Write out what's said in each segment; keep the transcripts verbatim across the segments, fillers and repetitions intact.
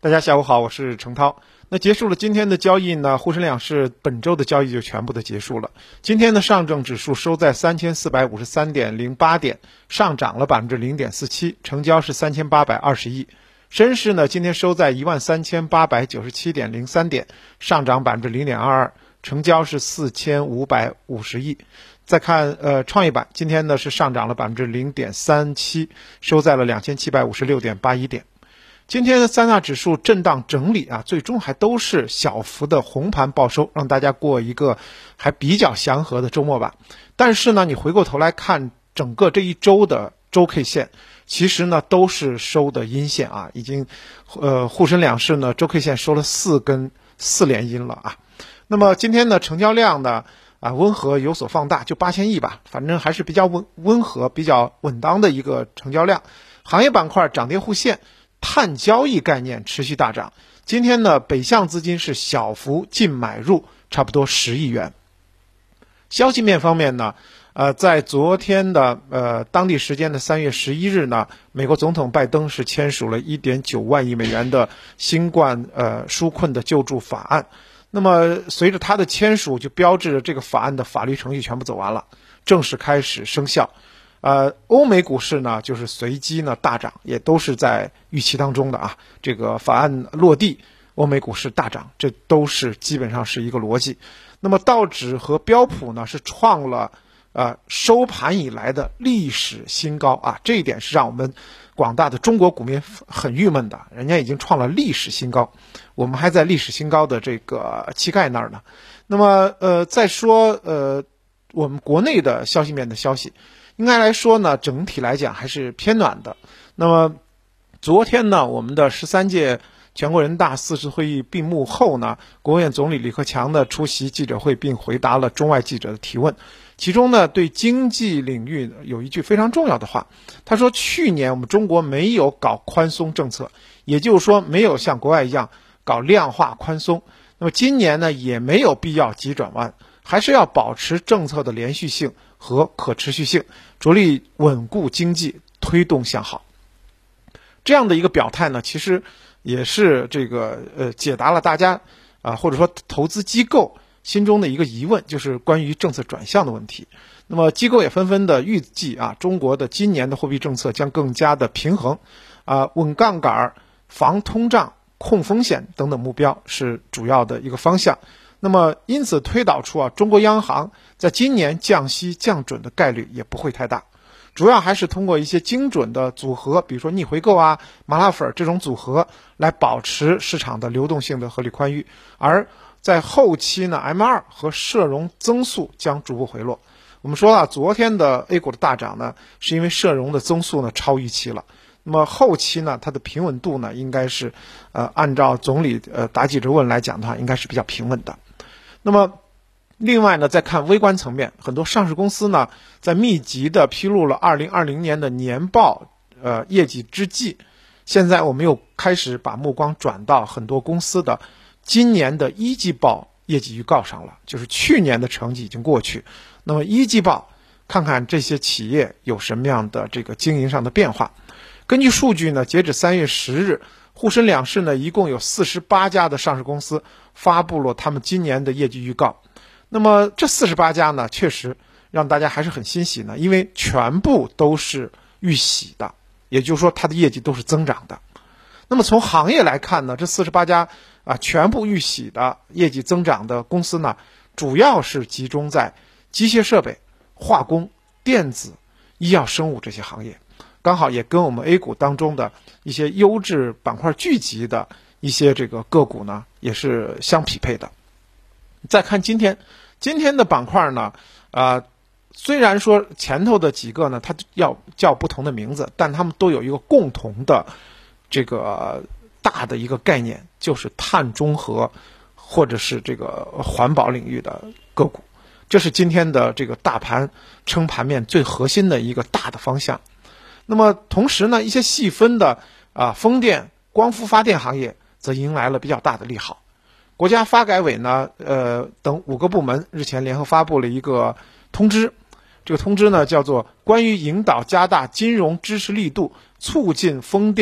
大家下午好，我是程涛。那结束了今天的交易呢，沪深两市本周的交易就全部的结束了。今天的上证指数收在三千四百五十三点零八点，上涨了百分之零点四七，成交是三千八百二十亿。深市呢，今天收在一万三千八百九十七点零三点，上涨百分之零点二二，成交是四千五百五十亿。再看呃创业板，今天呢是上涨了百分之零点三七，收在了两千七百五十六点八一点。今天的三大指数震荡整理啊，最终还都是小幅的红盘报收，让大家过一个还比较祥和的周末吧。但是呢，你回过头来看整个这一周的周 K 线，其实呢都是收的阴线啊，已经呃沪深两市呢周 K 线收了四根四连阴了啊。那么今天呢成交量呢啊温和有所放大，就八千亿吧，反正还是比较温温和比较稳当的一个成交量。行业板块涨跌互现，碳交易概念持续大涨。今天呢，北向资金是小幅净买入，差不多十亿元。消息面方面呢，呃，在昨天的呃当地时间的三月十一日呢，美国总统拜登是签署了一点九万亿美元的新冠呃纾困的救助法案。那么随着他的签署，就标志着这个法案的法律程序全部走完了，正式开始生效。呃，欧美股市呢，就是随机呢大涨，也都是在预期当中的啊。这个法案落地，欧美股市大涨，这都是基本上是一个逻辑。那么道指和标普呢，是创了呃收盘以来的历史新高啊，这一点是让我们广大的中国股民很郁闷的，人家已经创了历史新高，我们还在历史新高的这个膝盖那儿呢。那么呃，再说呃我们国内的消息面的消息。应该来说呢，整体来讲还是偏暖的。那么昨天呢，我们的十三届全国人大四次会议闭幕后呢，国务院总理李克强呢出席记者会，并回答了中外记者的提问。其中呢，对经济领域有一句非常重要的话，他说去年我们中国没有搞宽松政策，也就是说没有像国外一样搞量化宽松。那么今年呢，也没有必要急转弯，还是要保持政策的连续性和可持续性，着力稳固经济，推动向好。这样的一个表态呢，其实也是这个呃解答了大家啊、呃、或者说投资机构心中的一个疑问，就是关于政策转向的问题。那么机构也纷纷的预计啊，中国的今年的货币政策将更加的平衡啊、呃，稳杠杆、防通胀、控风险等等目标是主要的一个方向。那么因此推导出啊，中国央行在今年降息降准的概率也不会太大，主要还是通过一些精准的组合，比如说逆回购啊、麻辣粉这种组合，来保持市场的流动性的合理宽裕。而在后期呢 ，M 二 和社融增速将逐步回落。我们说了，昨天的 A 股的大涨呢，是因为社融的增速呢超预期了。那么后期呢，它的平稳度呢，应该是呃按照总理呃答记者问来讲的话，应该是比较平稳的。那么另外呢，再看微观层面，很多上市公司呢在密集的披露了二零二零年的年报呃业绩之际，现在我们又开始把目光转到很多公司的今年的一季报业绩预告上了，就是去年的成绩已经过去，那么一季报看看这些企业有什么样的这个经营上的变化。根据数据呢，截止三月十日，沪深两市呢一共有四十八家的上市公司发布了他们今年的业绩预告。那么这四十八家呢，确实让大家还是很欣喜呢，因为全部都是预喜的，也就是说它的业绩都是增长的。那么从行业来看呢，这四十八家啊全部预喜的业绩增长的公司呢，主要是集中在机械设备、化工、电子、医药生物这些行业。刚好也跟我们 A 股当中的一些优质板块聚集的一些这个个股呢，也是相匹配的。再看今天，今天的板块呢，呃，虽然说前头的几个呢，它要叫不同的名字，但它们都有一个共同的这个大的一个概念，就是碳中和或者是这个环保领域的个股，这是今天的这个大盘撑盘面最核心的一个大的方向。那么同时呢，一些细分的啊风电、光伏发电行业则迎来了比较大的利好。国家发改委呢，呃等五个部门日前联合发布了一个通知，这个通知呢叫做《关于引导加大金融支持力度，促进风电、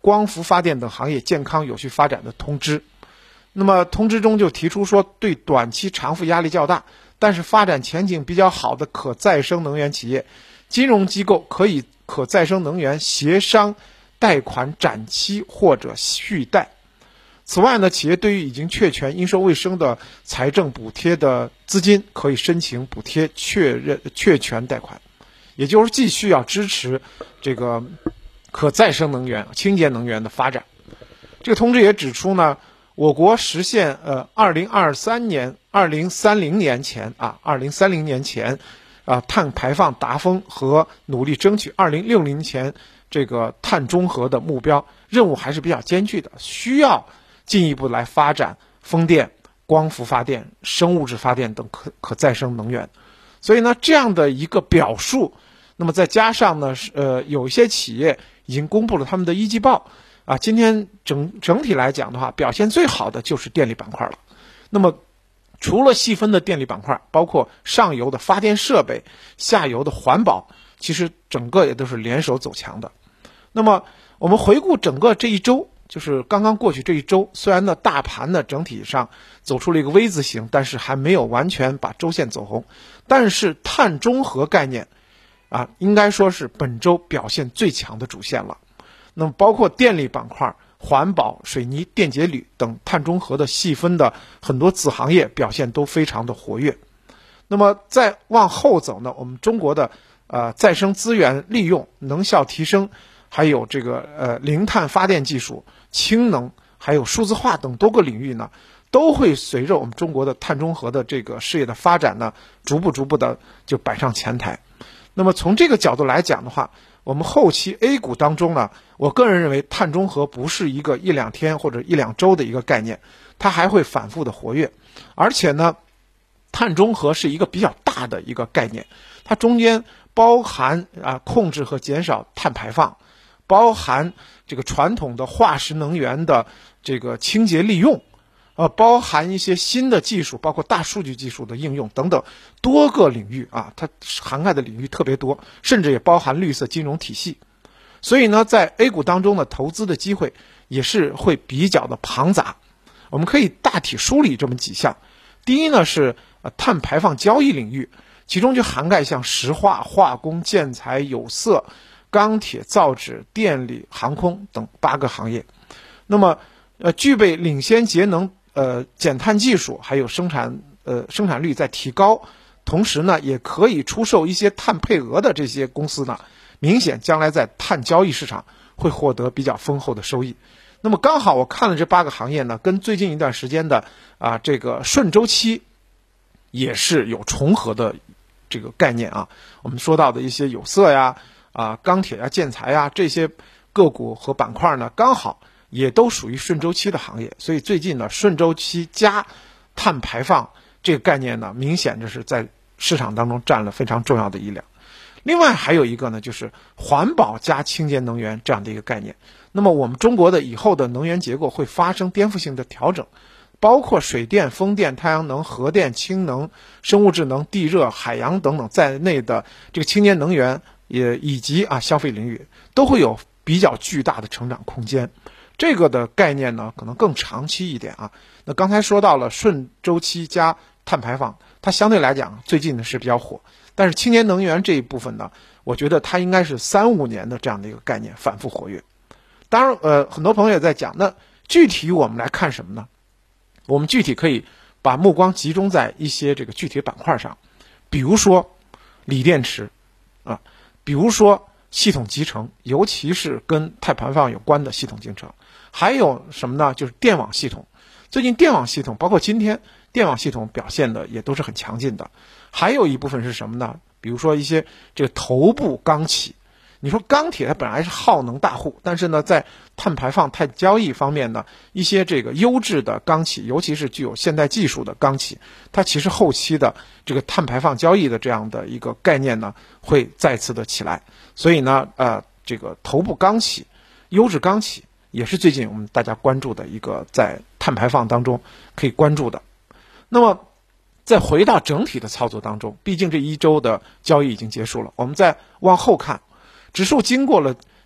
光伏发电等行业健康有序发展的通知。那么通知中就提出说，对短期偿付压力较大，但是发展前景比较好的可再生能源企业，金融机构可以可再生能源协商贷款展期或者续贷。此外呢，企业对于已经确权应收未生的财政补贴的资金，可以申请补贴确认确权贷款，也就是继续要支持这个可再生能源、清洁能源的发展。这个通知也指出呢，我国实现呃二零二三年、二零三零年前啊，二零三零年前啊碳排放达峰和努力争取二零六零前这个碳中和的目标任务还是比较艰巨的，需要进一步来发展风电、光伏发电、生物质发电等可可再生能源。所以呢，这样的一个表述，那么再加上呢，呃，有一些企业已经公布了他们的一季报啊，今天整整体来讲的话，表现最好的就是电力板块了。那么除了细分的电力板块，包括上游的发电设备、下游的环保，其实整个也都是联手走强的。那么我们回顾整个这一周，就是刚刚过去这一周，虽然呢大盘呢整体上走出了一个 V 字形，但是还没有完全把周线走红。但是碳中和概念啊，应该说是本周表现最强的主线了。那么包括电力板块、环保、水泥、电解铝等碳中和的细分的很多子行业表现都非常的活跃。那么再往后走呢，我们中国的呃再生资源利用、能效提升，还有这个呃零碳发电技术、氢能，还有数字化等多个领域呢，都会随着我们中国的碳中和的这个事业的发展呢，逐步逐步的就摆上前台。那么从这个角度来讲的话，我们后期 A 股当中呢，我个人认为碳中和不是一个一两天或者一两周的一个概念，它还会反复的活跃。而且呢，碳中和是一个比较大的一个概念，它中间包含啊控制和减少碳排放，包含这个传统的化石能源的这个清洁利用，呃，包含一些新的技术，包括大数据技术的应用等等多个领域啊，它涵盖的领域特别多，甚至也包含绿色金融体系。所以呢，在 A 股当中的投资的机会也是会比较的庞杂。我们可以大体梳理这么几项。第一呢是呃碳排放交易领域，其中就涵盖像石化、化工、建材、有色、钢铁、造纸、电力、航空等八个行业。那么呃具备领先节能呃减碳技术，还有生产呃生产率在提高，同时呢也可以出售一些碳配额的这些公司呢，明显将来在碳交易市场会获得比较丰厚的收益。那么刚好我看了这八个行业呢，跟最近一段时间的啊这个顺周期也是有重合的这个概念啊。我们说到的一些有色呀、啊钢铁呀、建材呀这些个股和板块呢，刚好也都属于顺周期的行业，所以最近呢，顺周期加碳排放这个概念呢，明显就是在市场当中占了非常重要的一两。另外还有一个呢，就是环保加清洁能源这样的一个概念。那么我们中国的以后的能源结构会发生颠覆性的调整，包括水电、风电、太阳能、核电、氢能、生物质能、地热、海洋等等在内的这个清洁能源也以及啊消费领域都会有比较巨大的成长空间。这个的概念呢，可能更长期一点啊。那刚才说到了顺周期加碳排放，它相对来讲最近呢是比较火，但是清洁能源这一部分呢，我觉得它应该是三五年的这样的一个概念反复活跃。当然，呃，很多朋友也在讲，那具体我们来看什么呢？我们具体可以把目光集中在一些这个具体板块上，比如说锂电池啊，比如说系统集成，尤其是跟碳排放有关的系统集成，还有什么呢？就是电网系统。最近电网系统，包括今天电网系统表现的也都是很强劲的。还有一部分是什么呢？比如说一些这个头部钢企。你说钢铁它本来是耗能大户，但是呢，在碳排放、碳交易方面呢，一些这个优质的钢企，尤其是具有现代技术的钢企，它其实后期的这个碳排放交易的这样的一个概念呢，会再次的起来。所以呢，呃，这个头部钢企、优质钢企也是最近我们大家关注的一个在碳排放当中可以关注的。那么再回到整体的操作当中，毕竟这一周的交易已经结束了，我们再往后看。指数经过了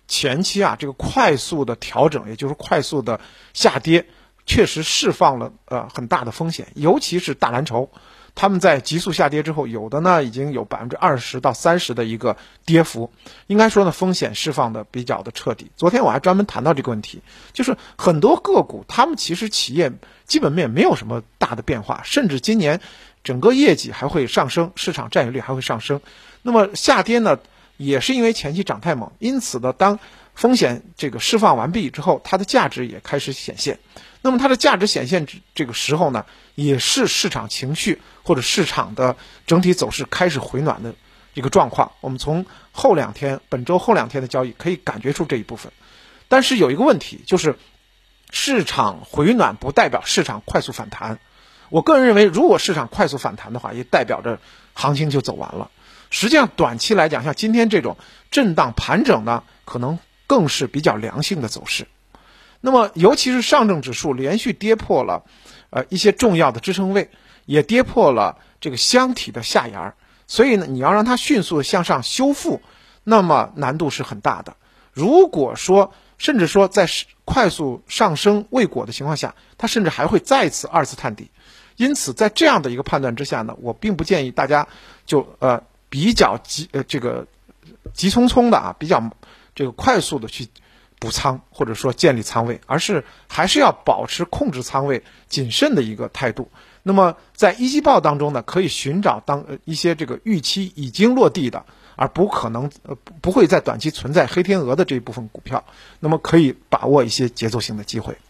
前期啊这个快速的调整，也就是快速的下跌，确实释放了呃很大的风险，尤其是大蓝筹。他们在急速下跌之后，有的呢已经有百分之二十到三十的一个跌幅，应该说呢风险释放的比较的彻底。昨天我还专门谈到这个问题，就是很多个股，他们其实企业基本面没有什么大的变化，甚至今年整个业绩还会上升，市场占有率还会上升。那么下跌呢，也是因为前期涨太猛，因此呢，当风险这个释放完毕之后，它的价值也开始显现。那么它的价值显现这个时候呢，也是市场情绪或者市场的整体走势开始回暖的一个状况。我们从后两天本周后两天的交易可以感觉出这一部分。但是有一个问题，就是市场回暖不代表市场快速反弹。我个人认为，如果市场快速反弹的话，也代表着行情就走完了。实际上短期来讲，像今天这种震荡盘整呢，可能更是比较良性的走势。那么尤其是上证指数连续跌破了呃一些重要的支撑位，也跌破了这个箱体的下沿，所以呢你要让它迅速向上修复，那么难度是很大的。如果说甚至说在快速上升未果的情况下，它甚至还会再次二次探底。因此在这样的一个判断之下呢，我并不建议大家就呃比较急呃这个急匆匆的啊比较这个快速的去补仓或者说建立仓位，而是还是要保持控制仓位谨慎的一个态度。那么在一季报当中呢，可以寻找当呃一些这个预期已经落地的，而不可能呃不会在短期存在黑天鹅的这一部分股票，那么可以把握一些节奏性的机会。